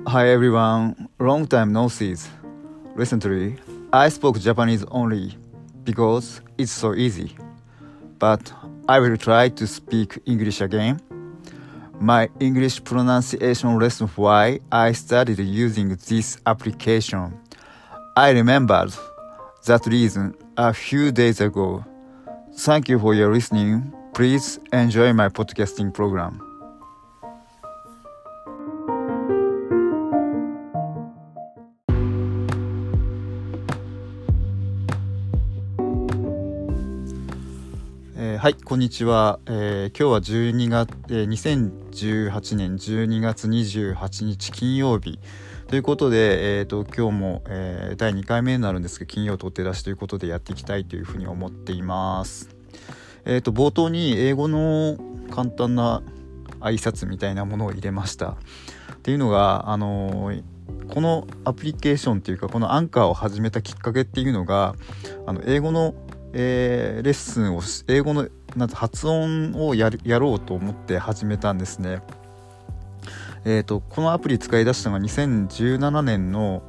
Hi everyone, long time no see. Recently, I spoke Japanese only because it's so easy. But I will try to speak English again. My English pronunciation lesson why I started using this application. I remembered that reason a few days ago. Thank you for your listening. Please enjoy my podcasting program.はい、こんにちは。今日は2018年12月28日金曜日ということで、今日も、第2回目になるんですけど、金曜取って出しということでやっていきたいというふうに思っています。冒頭に英語の簡単な挨拶みたいなものを入れました。っていうのが、このアプリケーションというか、このアンカーを始めたきっかけっていうのが、英語のレッスンを英語の発音をやろうと思って始めたんですね。このアプリ使い出したのが2017年の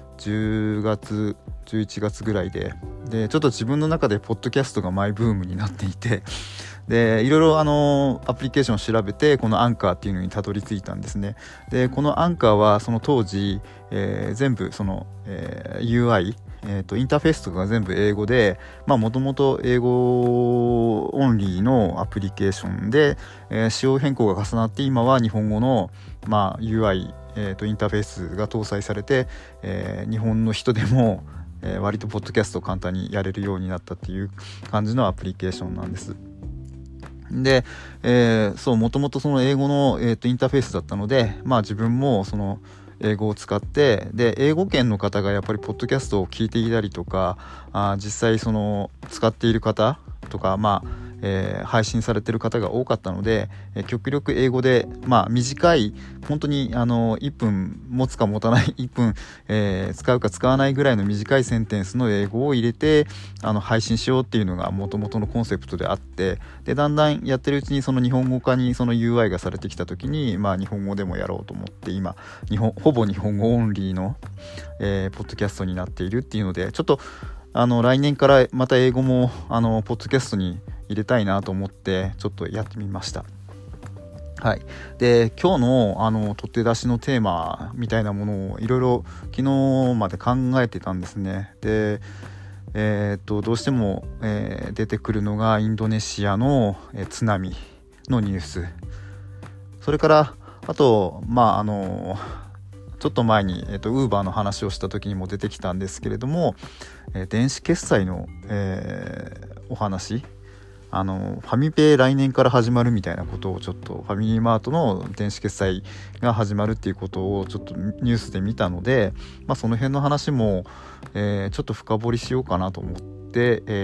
10月11月ぐらいでちょっと自分の中でポッドキャストがマイブームになっていて、でいろいろアプリケーションを調べてこのアンカーっていうのにたどり着いたんですね。でこのアンカーはその当時、全部その、UIインターフェースとかが全部英語で、もともと英語オンリーのアプリケーションで、仕様変更が重なって今は日本語の、UI、インターフェースが搭載されて、日本の人でも、割とポッドキャストを簡単にやれるようになったっていう感じのアプリケーションなんです。で、もともとその英語の、インターフェースだったので、自分もその英語を使ってで英語圏の方がやっぱりポッドキャストを聞いていたりとか実際その使っている方とか配信されている方が多かったので極力英語で短い本当に1分持つか持たない1分、使うか使わないぐらいの短いセンテンスの英語を入れて配信しようっていうのが元々のコンセプトであってでだんだんやってるうちにその日本語化にその UI がされてきた時に日本語でもやろうと思って今ほぼ日本語オンリーの、ポッドキャストになっているっていうのでちょっと来年からまた英語もポッドキャストに入れたいなと思ってちょっとやってみました。はい。で今日の取って出しのテーマみたいなものをいろいろ昨日まで考えてたんですね。でどうしても、出てくるのがインドネシアの、津波のニュース、それからあとちょっと前にUber の話をした時にも出てきたんですけれども、電子決済の、お話ファミペイ来年から始まるみたいなことをちょっとファミリーマートの電子決済が始まるっていうことをちょっとニュースで見たので、その辺の話も、ちょっと深掘りしようかなと思って、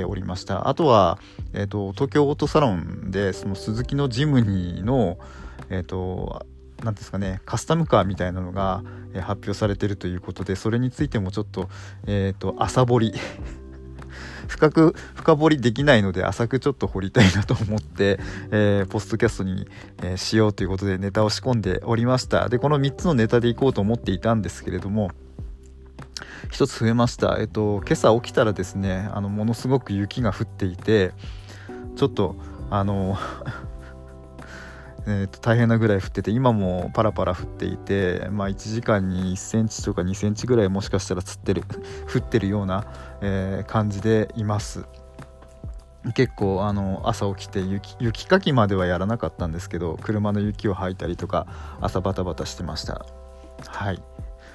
おりました。あとは、東京オートサロンでそのスズキのジムニーのなんですかね、カスタムカーみたいなのが、発表されているということでそれについてもちょっと、浅掘り深掘りできないので浅くちょっと掘りたいなと思って、ポストキャストに、しようということでネタを仕込んでおりました。でこの3つのネタでいこうと思っていたんですけれども一つ増えました。今朝起きたらですねものすごく雪が降っていてちょっと大変なぐらい降ってて今もパラパラ降っていて、1時間に1センチとか2センチぐらいもしかしたら降ってるような、感じでいます。結構朝起きて雪かきまではやらなかったんですけど車の雪を掃いたりとか朝バタバタしてました。はい。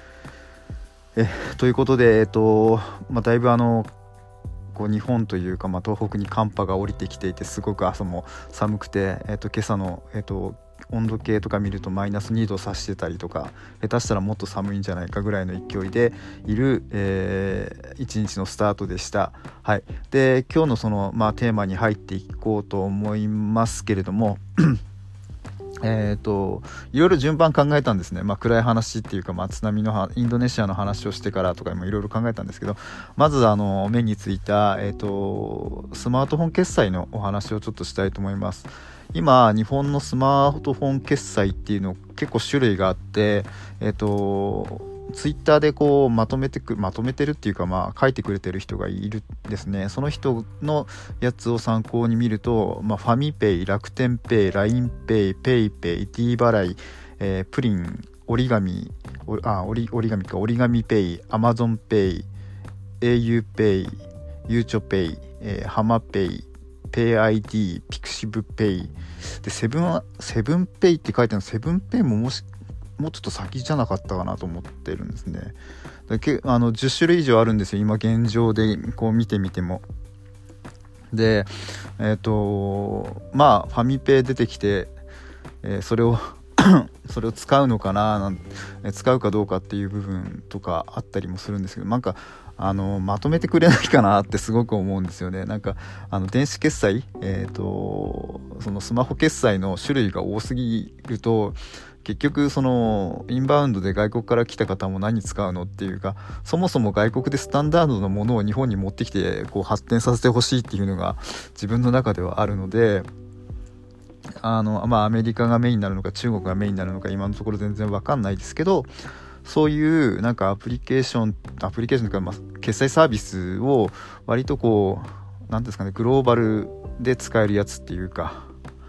ということでだいぶ日本というか、東北に寒波が降りてきていてすごく朝も寒くて、今朝の、温度計とか見るとマイナス2度指してたりとか下手したらもっと寒いんじゃないかぐらいの勢いでいる、一日のスタートでした。はい。で今日のその、テーマに入っていこうと思いますけれどもいろいろ順番考えたんですね。暗い話っていうか、津波のインドネシアの話をしてからとかもいろいろ考えたんですけどまず目についた、スマートフォン決済のお話をちょっとしたいと思います。今日本のスマートフォン決済っていうの結構種類があって、ツイッターでこうまとめてるっていうか、書いてくれてる人がいるんですね。その人のやつを参考に見ると、ファミペイ、楽天ペイ、LINEペイ、ペイペイ、D 払い、プリン、折り紙ペイ、アマゾンペイ、au ペイ、ゆうちょペイ、ハマペイ、ペイ ID、ピクシブペイで、セブンペイって書いてあるの、セブンペイももうちょっと先じゃなかったかなと思ってるんですね。10種類以上あるんですよ、今現状でこう見てみても。でファミペイ出てきて、それを使うのかな、使うかどうかっていう部分とかあったりもするんですけど、まとめてくれないかなってすごく思うんですよね。電子決済、そのスマホ決済の種類が多すぎると、結局そのインバウンドで外国から来た方も何使うのっていうか、そもそも外国でスタンダードなものを日本に持ってきてこう発展させてほしいっていうのが自分の中ではあるので、アメリカがメインになるのか中国がメインになるのか今のところ全然わかんないですけど、そういうアプリケーションというか、決済サービスを割とこうなんですかね、グローバルで使えるやつっていうか、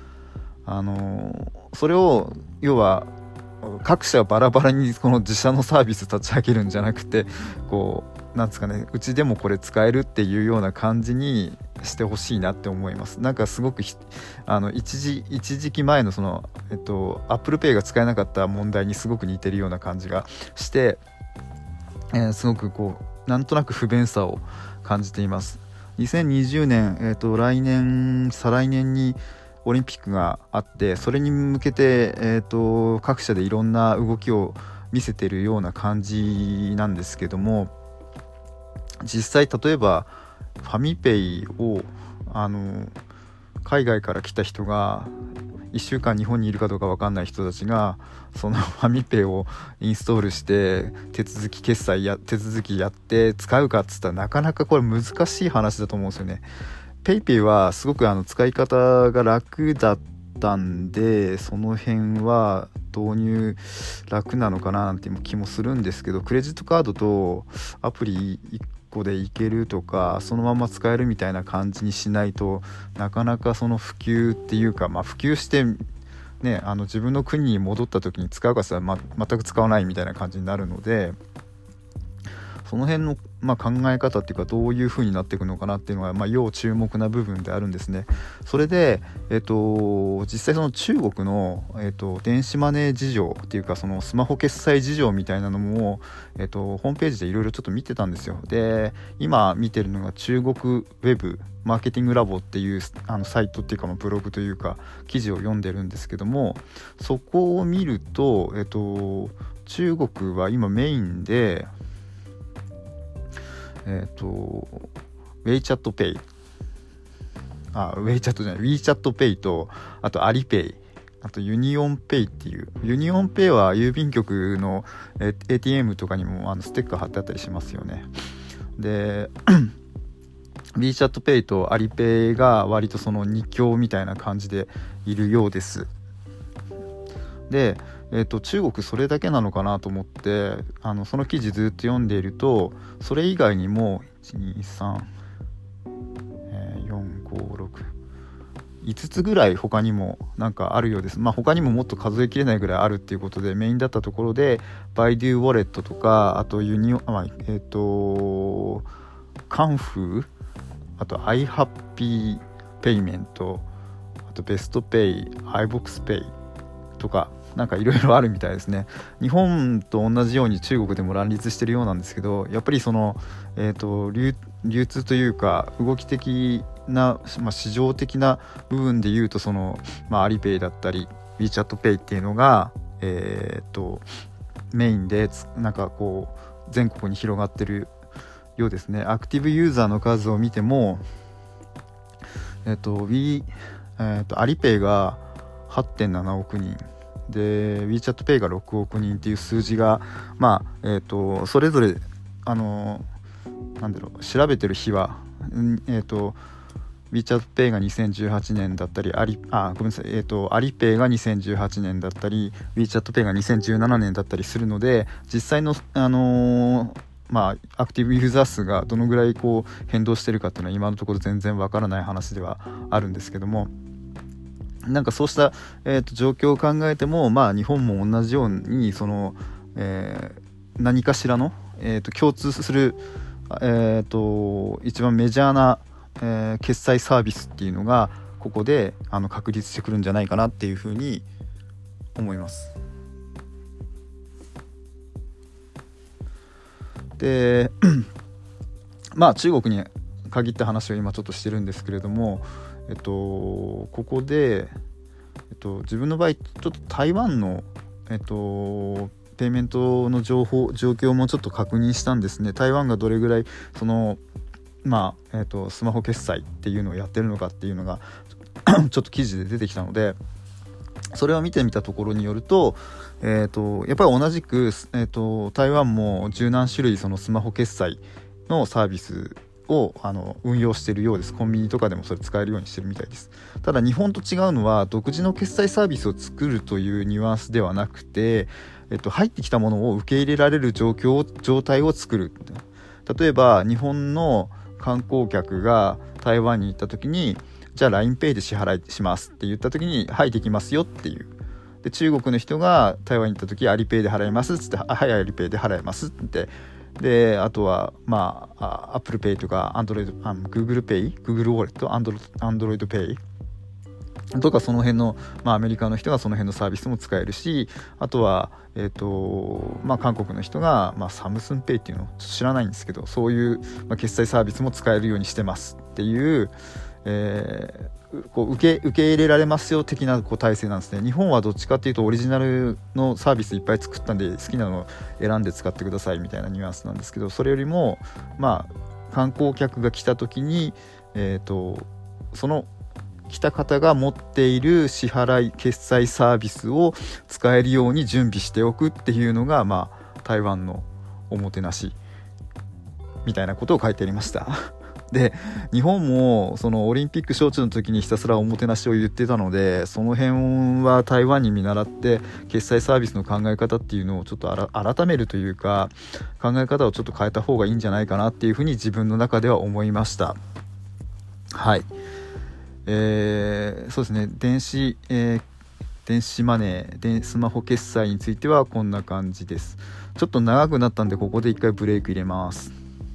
それを要は各社バラバラにこの自社のサービス立ち上げるんじゃなくて、こうなんですかね、うちでもこれ使えるっていうような感じにしてほしいなって思います。すごく一時期前のそのApple Pay が使えなかった問題にすごく似てるような感じがして、すごくこうなんとなく不便さを感じています。2020年、再来年にオリンピックがあって、それに向けて、各社でいろんな動きを見せているような感じなんですけども、実際例えばファミペイを海外から来た人が1週間日本にいるかどうか分かんない人たちがそのファミペイをインストールして手続きやって使うかっつったら、なかなかこれ難しい話だと思うんですよね。ペイペイはすごく使い方が楽だったんで、その辺は導入楽なのかななんて気もするんですけど、クレジットカードとアプリ1個でいけるとかそのまま使えるみたいな感じにしないと、なかなかその普及っていうか、普及してね、自分の国に戻った時に使うかさ、全く使わないみたいな感じになるので、その辺の考え方っていうか、どういう風になっていくのかなっていうのが要注目な部分であるんですね。それで、実際その中国の、電子マネー事情っていうか、そのスマホ決済事情みたいなのも、ホームページでいろいろちょっと見てたんですよ。で、今見てるのが中国ウェブマーケティングラボっていうサイトっていうか、ブログというか記事を読んでるんですけども、そこを見ると、中国は今メインでWeChat Pay、WeChat Pay と、あとアリペイ、あとユニオンペイっていう、ユニオンペイは郵便局の ATM とかにもステッカー貼ってあったりしますよね。でWeChat Pay とアリペイが割とその2強みたいな感じでいるようです。で中国それだけなのかなと思ってその記事ずっと読んでいると、それ以外にも5つぐらい他にもあるようです。他にももっと数えきれないぐらいあるっていうことで、メインだったところでバイドゥウォレットとか、あとカンフー、あと iHappy ペイメント、あとベストペイ、iBox ペイとかいろいろあるみたいですね。日本と同じように中国でも乱立してるようなんですけど、やっぱりその、流通というか動き的な、市場的な部分でいうと、その、アリペイだったり WeChat Pay っていうのが、メインでこう全国に広がってるようですね。アクティブユーザーの数を見ても、アリペイが 8.7 億人で WeChat Pay が6億人っていう数字が、それぞれ調べてる日は、 WeChatPay が2018年だったりごめんなさい、Alipay が2018年だったり WeChatPay が2017年だったりするので、実際のアクティブユーザー数がどのぐらい変動してるかっていうのは今のところ全然わからない話ではあるんですけども、なんかそうした、状況を考えても、日本も同じように何かしらの、共通する、一番メジャーな、決済サービスっていうのがここで確立してくるんじゃないかなっていうふうに思います。で中国に限った話を今ちょっとしてるんですけれども、ここで、自分の場合ちょっと台湾の、ペイメントの状況もちょっと確認したんですね。台湾がどれぐらいスマホ決済っていうのをやってるのかっていうのがちょっと記事で出てきたので、それを見てみたところによると、やっぱり同じく、台湾も十何種類そのスマホ決済のサービスを運用しているようです。コンビニとかでもそれ使えるようにしてるみたいです。ただ日本と違うのは、独自の決済サービスを作るというニュアンスではなくて、入ってきたものを受け入れられる状態を作る。例えば日本の観光客が台湾に行った時に、じゃあ LINEPay で支払いしますって言った時に、はいできますよっていう。で中国の人が台湾に行った時、アリペイで払いますっつって、はいアリペイで払いますって。であとはApple Pay とか Google Pay、Google ウォレット、Android Pay とか、その辺の、アメリカの人がその辺のサービスも使えるし、あとは、韓国の人が、サムスンペイっていうのを知らないんですけど、そういう、決済サービスも使えるようにしてますっていう、受け入れられますよ的な体制なんですね。日本はどっちかっていうとオリジナルのサービスいっぱい作ったんで、好きなのを選んで使ってくださいみたいなニュアンスなんですけど、それよりも観光客が来た時に、その来た方が持っている支払い決済サービスを使えるように準備しておくっていうのが、台湾のおもてなしみたいなことを書いてありましたで日本もそのオリンピック招致の時にひたすらおもてなしを言ってたので、その辺は台湾に見習って決済サービスの考え方っていうのをちょっと改めるというか、考え方をちょっと変えた方がいいんじゃないかなっていうふうに自分の中では思いました。はい、そうですね。電子マネー、スマホ決済についてはこんな感じです。ちょっと長くなったんで、ここで一回ブレイク入れます。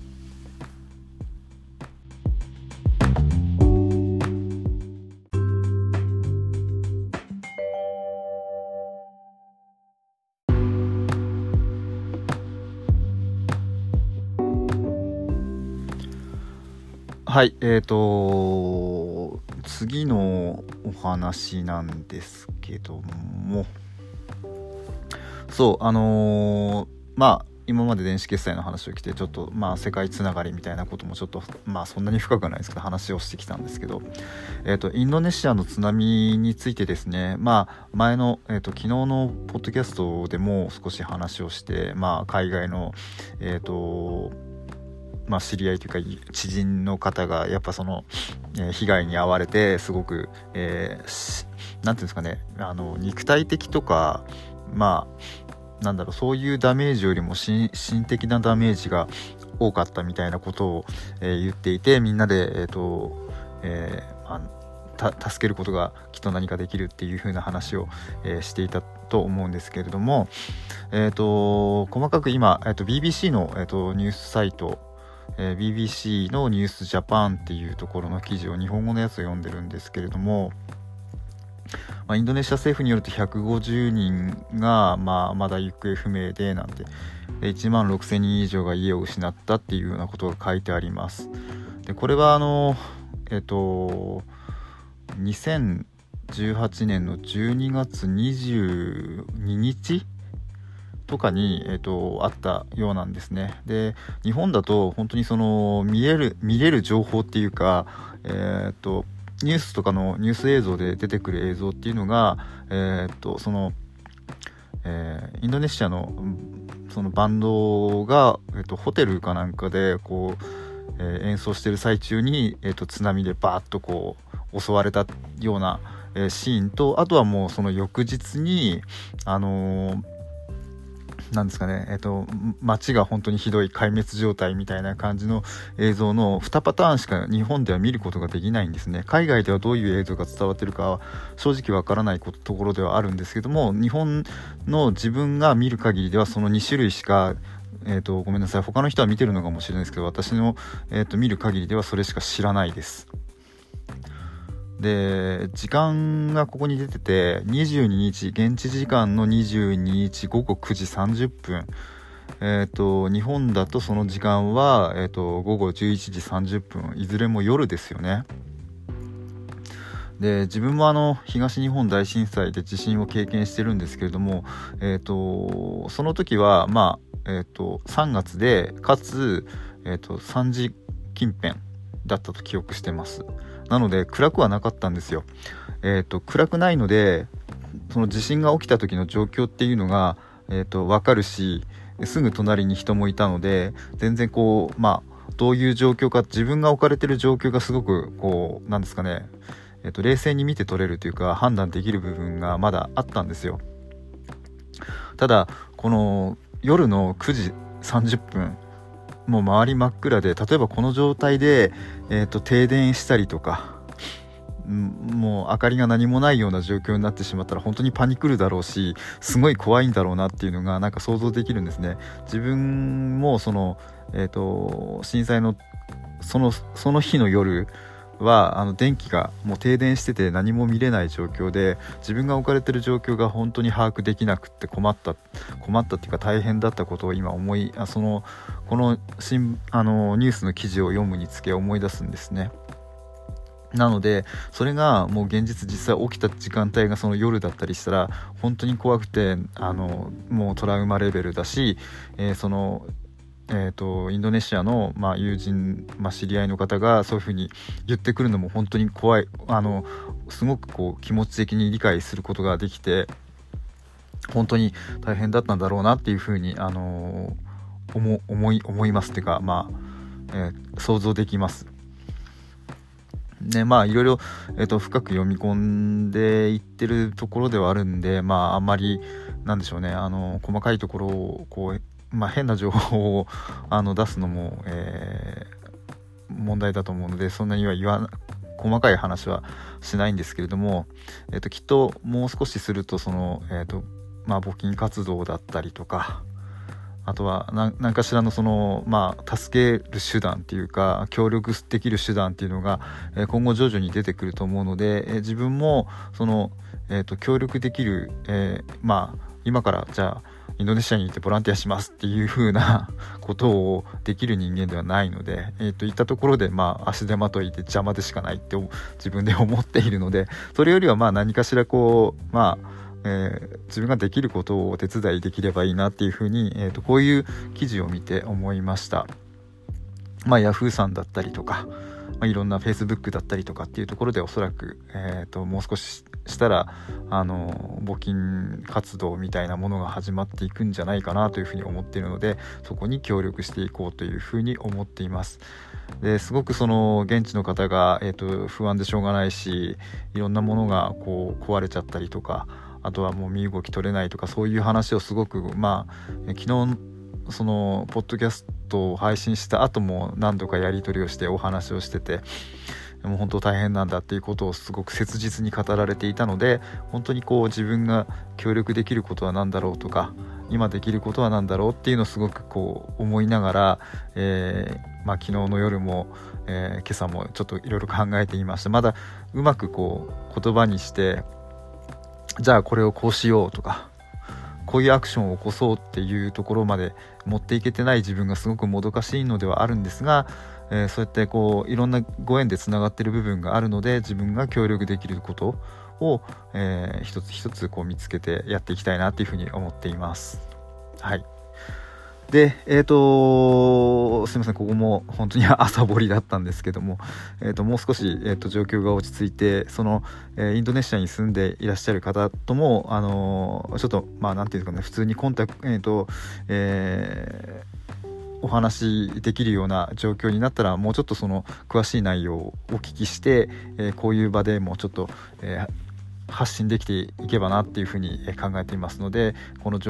はい、次のお話なんですけども、今まで電子決済の話を来て、ちょっと世界つながりみたいなこともちょっとそんなに深くはないですけど話をしてきたんですけど、インドネシアの津波についてですね、前の、昨日のポッドキャストでも少し話をして、海外の知り合いというか知人の方がやっぱその、被害に遭われて、すごく、なんていうんですかね、肉体的とかそういうダメージよりも心的なダメージが多かったみたいなことを、言っていて、みんなで、助けることがきっと何かできるっていう風な話を、していたと思うんですけれども、細かく今、BBC の、ニュースサイト、BBC のニュースジャパンっていうところの記事を、日本語のやつを読んでるんですけれども、インドネシア政府によると150人が、まだ行方不明でなんて、1万6000人以上が家を失ったっていうようなことが書いてあります。でこれは2018年の12月22日とかに、あったようなんですね。で日本だと本当にその見れる情報っていうか、ニュースとかのニュース映像で出てくる映像っていうのが、インドネシアのそのバンドが、ホテルかなんかで演奏してる最中に、津波でバーッとこう襲われたような、シーンと、あとはもうその翌日になんですかね、街が本当にひどい壊滅状態みたいな感じの映像の2パターンしか日本では見ることができないんですね。海外ではどういう映像が伝わってるかは正直わからないところではあるんですけども、日本の自分が見る限りではその2種類しかごめんなさい、他の人は見てるのかもしれないですけど、私の、見る限りではそれしか知らないです。で、時間がここに出てて、22日現地時間の22日午後9時30分、日本だとその時間は、午後11時30分、いずれも夜ですよね。で、自分も東日本大震災で地震を経験してるんですけれども、その時は3月でかつ、3時近辺だったと記憶してます。なので暗くはなかったんですよ。暗くないので、その地震が起きた時の状況っていうのが、分かるし、すぐ隣に人もいたので、全然こうどういう状況か、自分が置かれてる状況がすごくこうなんですかね、冷静に見て取れるというか判断できる部分がまだあったんですよ。ただこの夜の9時30分、もう周り真っ暗で、例えばこの状態で、停電したりとか、もう明かりが何もないような状況になってしまったら本当にパニクるだろうし、すごい怖いんだろうなっていうのがなんか想像できるんですね。自分もその、震災のその日の夜は電気がもう停電してて何も見れない状況で、自分が置かれてる状況が本当に把握できなくって困ったっていうか大変だったことを今このニュースの記事を読むにつけ思い出すんですね。なのでそれがもう実際起きた時間帯がその夜だったりしたら本当に怖くて、もうトラウマレベルだし、インドネシアの、友人、知り合いの方がそういうふうに言ってくるのも本当に怖い、すごくこう気持ち的に理解することができて、本当に大変だったんだろうなっていうふうに、思いますっていうか、想像できますね。いろいろ、深く読み込んでいってるところではあるんで、あんまりなんでしょうね、細かいところをこう変な情報を出すのも、問題だと思うので、そんなには細かい話はしないんですけれども、きっともう少しするとその、募金活動だったりとか、あとは何かしらのその、助ける手段っていうか協力できる手段っていうのが、今後徐々に出てくると思うので、自分もその、協力できる、今からじゃあインドネシアに行ってボランティアしますっていう風なことをできる人間ではないので、いったところで足手まといで邪魔でしかないって自分で思っているので、それよりは何かしらこう自分ができることをお手伝いできればいいなっていう風に、こういう記事を見て思いました。ヤフーさんだったりとか、いろんな Facebook だったりとかっていうところでおそらく、もう少ししたら募金活動みたいなものが始まっていくんじゃないかなというふうに思っているので、そこに協力していこうというふうに思っています。ですごくその現地の方が、不安でしょうがないし、いろんなものがこう壊れちゃったりとか、あとはもう身動き取れないとか、そういう話をすごく昨日そのポッドキャストを配信した後も何度かやり取りをしてお話をしてて、もう本当大変なんだっていうことをすごく切実に語られていたので、本当にこう自分が協力できることは何だろうとか、今できることは何だろうっていうのをすごくこう思いながら、昨日の夜も、今朝もちょっといろいろ考えていました。まだうまくこう言葉にして、じゃあこれをこうしようとか、こういうアクションを起こそうっていうところまで持っていけてない自分がすごくもどかしいのではあるんですが、そうやってこういろんなご縁でつながっている部分があるので、自分が協力できることを、一つ一つこう見つけてやっていきたいなっていうふうに思っています。はい。で、すいません、ここも本当に朝掘りだったんですけども、もう少し、状況が落ち着いて、その、インドネシアに住んでいらっしゃる方とも、ちょっとなんていうんですかね、普通にコンタクト、 お話しできるような状況になったら、もうちょっとその詳しい内容をお聞きして、こういう場でもうちょっと、発信できていけばなっていうふうに考えていますので、この、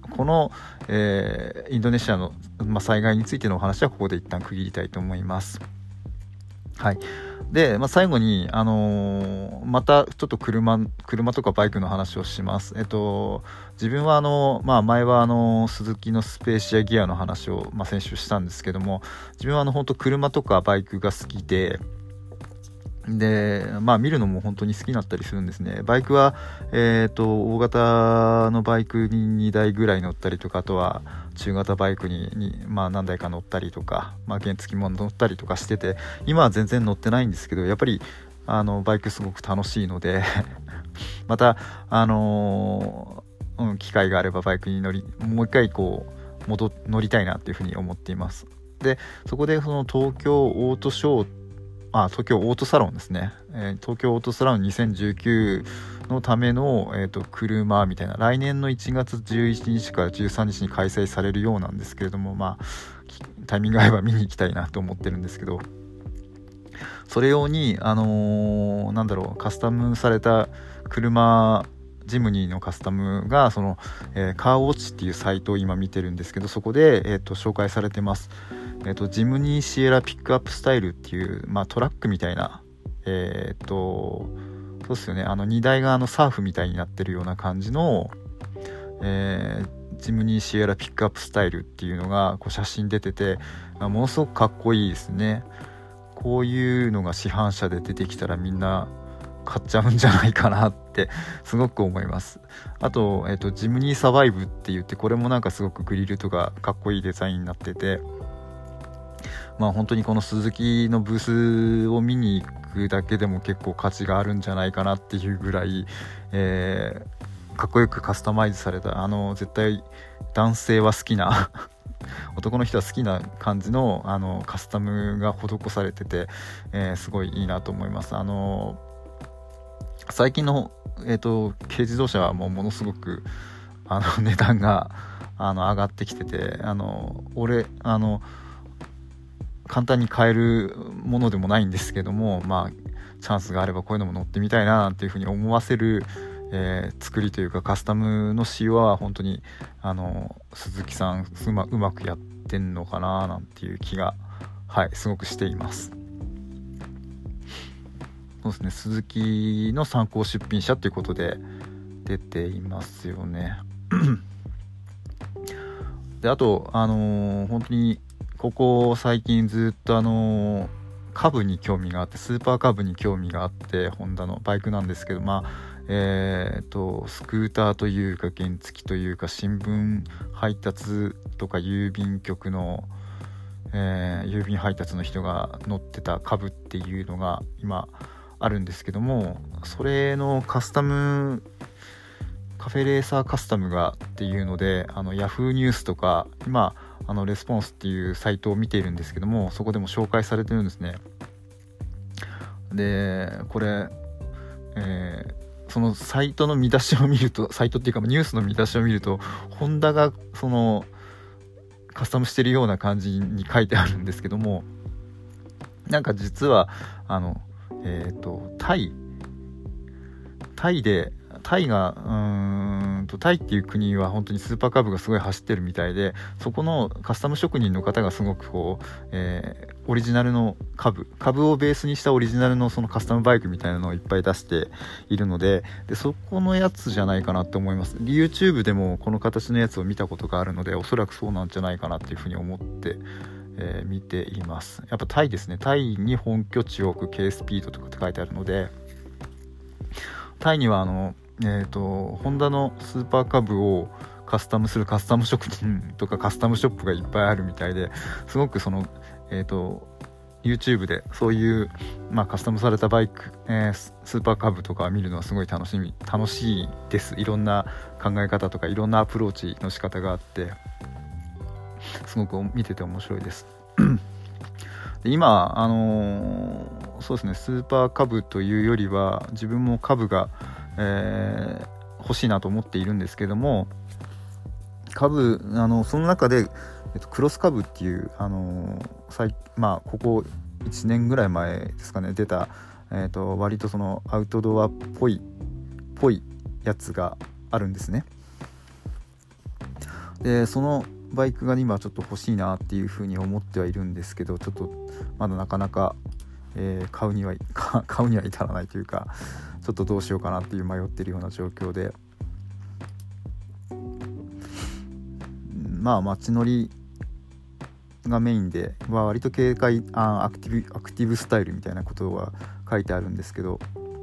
インドネシアの、災害についてのお話はここで一旦区切りたいと思います。はい。で、最後に、またちょっと車とかバイクの話をします。自分は前はスズキのスペーシアギアの話を、先週したんですけども、自分は本当車とかバイクが好きで、見るのも本当に好きになったりするんですね。バイクは、大型のバイクに2台ぐらい乗ったりとか、あとは中型バイクに何台か乗ったりとか、原付も乗ったりとかしてて、今は全然乗ってないんですけど、やっぱりバイクすごく楽しいのでまた機会があればバイクにもう一回乗りたいなっていうふうに思っています。で、そこでその東京オートサロンですね、東京オートサロン2019のための、車みたいな、来年の1月11日から13日に開催されるようなんですけれども、タイミング合えば見に行きたいなと思ってるんですけど、それ用にカスタムされた車、ジムニーのカスタムがその、カーウォッチっていうサイトを今見てるんですけど、そこで、紹介されてます。ジムニーシエラピックアップスタイルっていう、トラックみたいな、そうですよね、荷台がサーフみたいになってるような感じの、ジムニーシエラピックアップスタイルっていうのが写真出てて、ものすごくかっこいいですね。こういうのが市販車で出てきたらみんな買っちゃうんじゃないかなってすごく思います。あと、ジムニーサバイブって言って、これもすごくグリルとかかっこいいデザインになってて、本当にこのスズキのブースを見に行くだけでも結構価値があるんじゃないかなっていうぐらい、かっこよくカスタマイズされた、絶対男性は好きな男の人は好きな感じの、カスタムが施されてて、すごいいいなと思います。最近の、軽自動車はものすごく値段が上がってきてて、簡単に買えるものでもないんですけども、チャンスがあればこういうのも乗ってみたいななんていうふうに思わせる、作りというかカスタムの仕様は本当に鈴木さんうまくやってんのかななんていう気が、すごくしています。そうですね、鈴木の参考出品者ということで出ていますよねで、あと本当にここ最近ずっとカブに興味があって、スーパーカブに興味があって、ホンダのバイクなんですけど、スクーターというか原付というか、新聞配達とか郵便局の、郵便配達の人が乗ってたカブっていうのが今あるんですけども、それのカフェレーサーカスタムがっていうので、ヤフーニュースとか今レスポンスっていうサイトを見ているんですけども、そこでも紹介されてるんですね。で、これ、そのサイトの見出しを見ると、サイトっていうかニュースの見出しを見ると、ホンダがそのカスタムしてるような感じに書いてあるんですけども、実はタイっていう国は本当にスーパーカブがすごい走ってるみたいで、そこのカスタム職人の方がすごくオリジナルのカブをベースにしたオリジナルのそのカスタムバイクみたいなのをいっぱい出しているので、そこのやつじゃないかなって思います。 YouTube でもこの形のやつを見たことがあるので、おそらくそうなんじゃないかなっていうふうに思って見ています。やっぱタイですね。タイに本拠地を置く K スピードとかって書いてあるので、タイにはホンダのスーパーカブをカスタムするカスタム職人とかカスタムショップがいっぱいあるみたいで、すごくそのYouTube でそういう、カスタムされたバイク、スーパーカブとか見るのはすごい楽しいです。いろんな考え方とかいろんなアプローチの仕方があって、すごく見てて面白いですで、今そうですね、スーパーカブというよりは自分もカブが、欲しいなと思っているんですけども、カブその中でクロスカブっていう、ここ1年ぐらい前ですかね出た、割とそのアウトドアっぽいやつがあるんですね。でそのバイクが今ちょっと欲しいなっていうふうに思ってはいるんですけど、ちょっとまだなかなか、買うには至らないというか、ちょっとどうしようかなっていう迷ってるような状況で、街乗りがメインで、割と軽快アクティブスタイルみたいなことが書いてあるんですけど、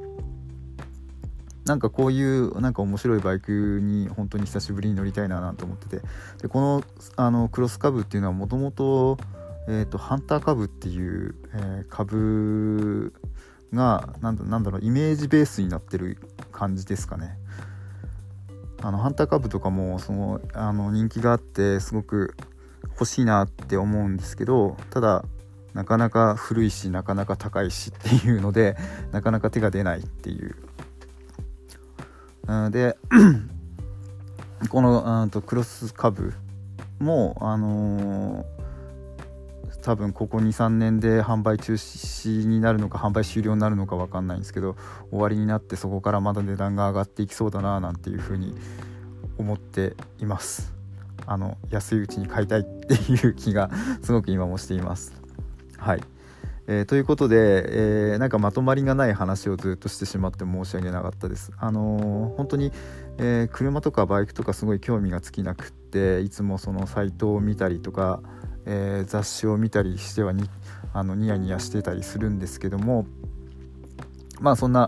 なんかこういうなんか面白いバイクに本当に久しぶりに乗りたいなと思ってて、でこのクロスカブっていうのはもともとハンターカブっていう、株がなんだろうイメージベースになってる感じですかね。ハンターカブとかも人気があってすごく欲しいなって思うんですけど、ただなかなか古いしなかなか高いしっていうのでなかなか手が出ないっていうでこのクロスカブも多分ここ 2,3 年で販売中止になるのか販売終了になるのか分かんないんですけど、終わりになってそこからまだ値段が上がっていきそうだななんていうふうに思っています。安いうちに買いたいっていう気がすごく今もしています。はい、ということで、なんかまとまりがない話をずっとしてしまって申し訳なかったです。本当に、車とかバイクとかすごい興味が尽きなくって、いつもそのサイトを見たりとか、雑誌を見たりしてはニヤニヤしてたりするんですけども、そんな、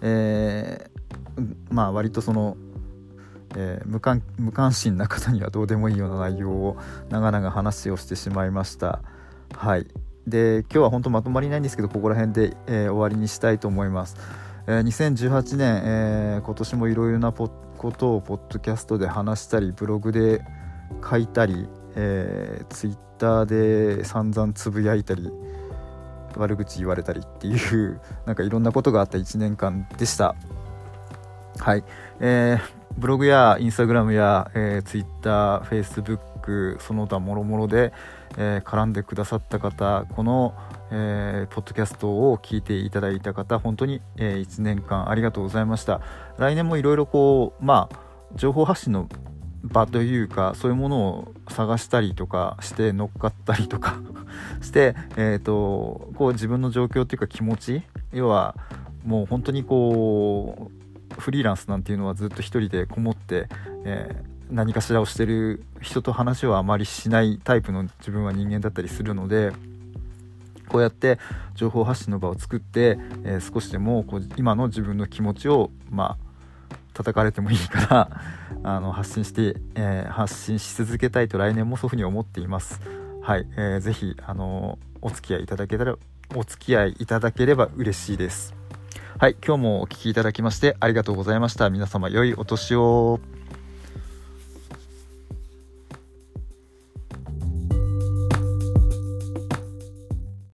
割とその、無関心な方にはどうでもいいような内容を長々話をしてしまいました。はい。で今日は本当まとまりないんですけど、ここら辺で、終わりにしたいと思います。2018年、今年もいろいろなことをポッドキャストで話したり、ブログで書いたり、ツイッターで散々つぶやいたり悪口言われたりっていうなんかいろんなことがあった1年間でした。はい、ブログやインスタグラムや、ツイッター、フェイスブックその他もろもろで、絡んでくださった方、この、ポッドキャストを聞いていただいた方、本当に、1年間ありがとうございました。来年もいろいろ情報発信の場というか、そういうものを探したりとかして乗っかったりとかして、こう自分の状況というか気持ち、要はもう本当にこうフリーランスなんていうのはずっと一人でこもって、何かしらをしてる人と話をあまりしないタイプの自分は人間だったりするので、こうやって情報発信の場を作って、少しでもこう今の自分の気持ちを叩かれてもいいから発信し続けたいと来年もそういうふうに思っています。はい、ぜひお付き合いいただければ嬉しいです。はい、今日もお聞きいただきましてありがとうございました。皆様良いお年を。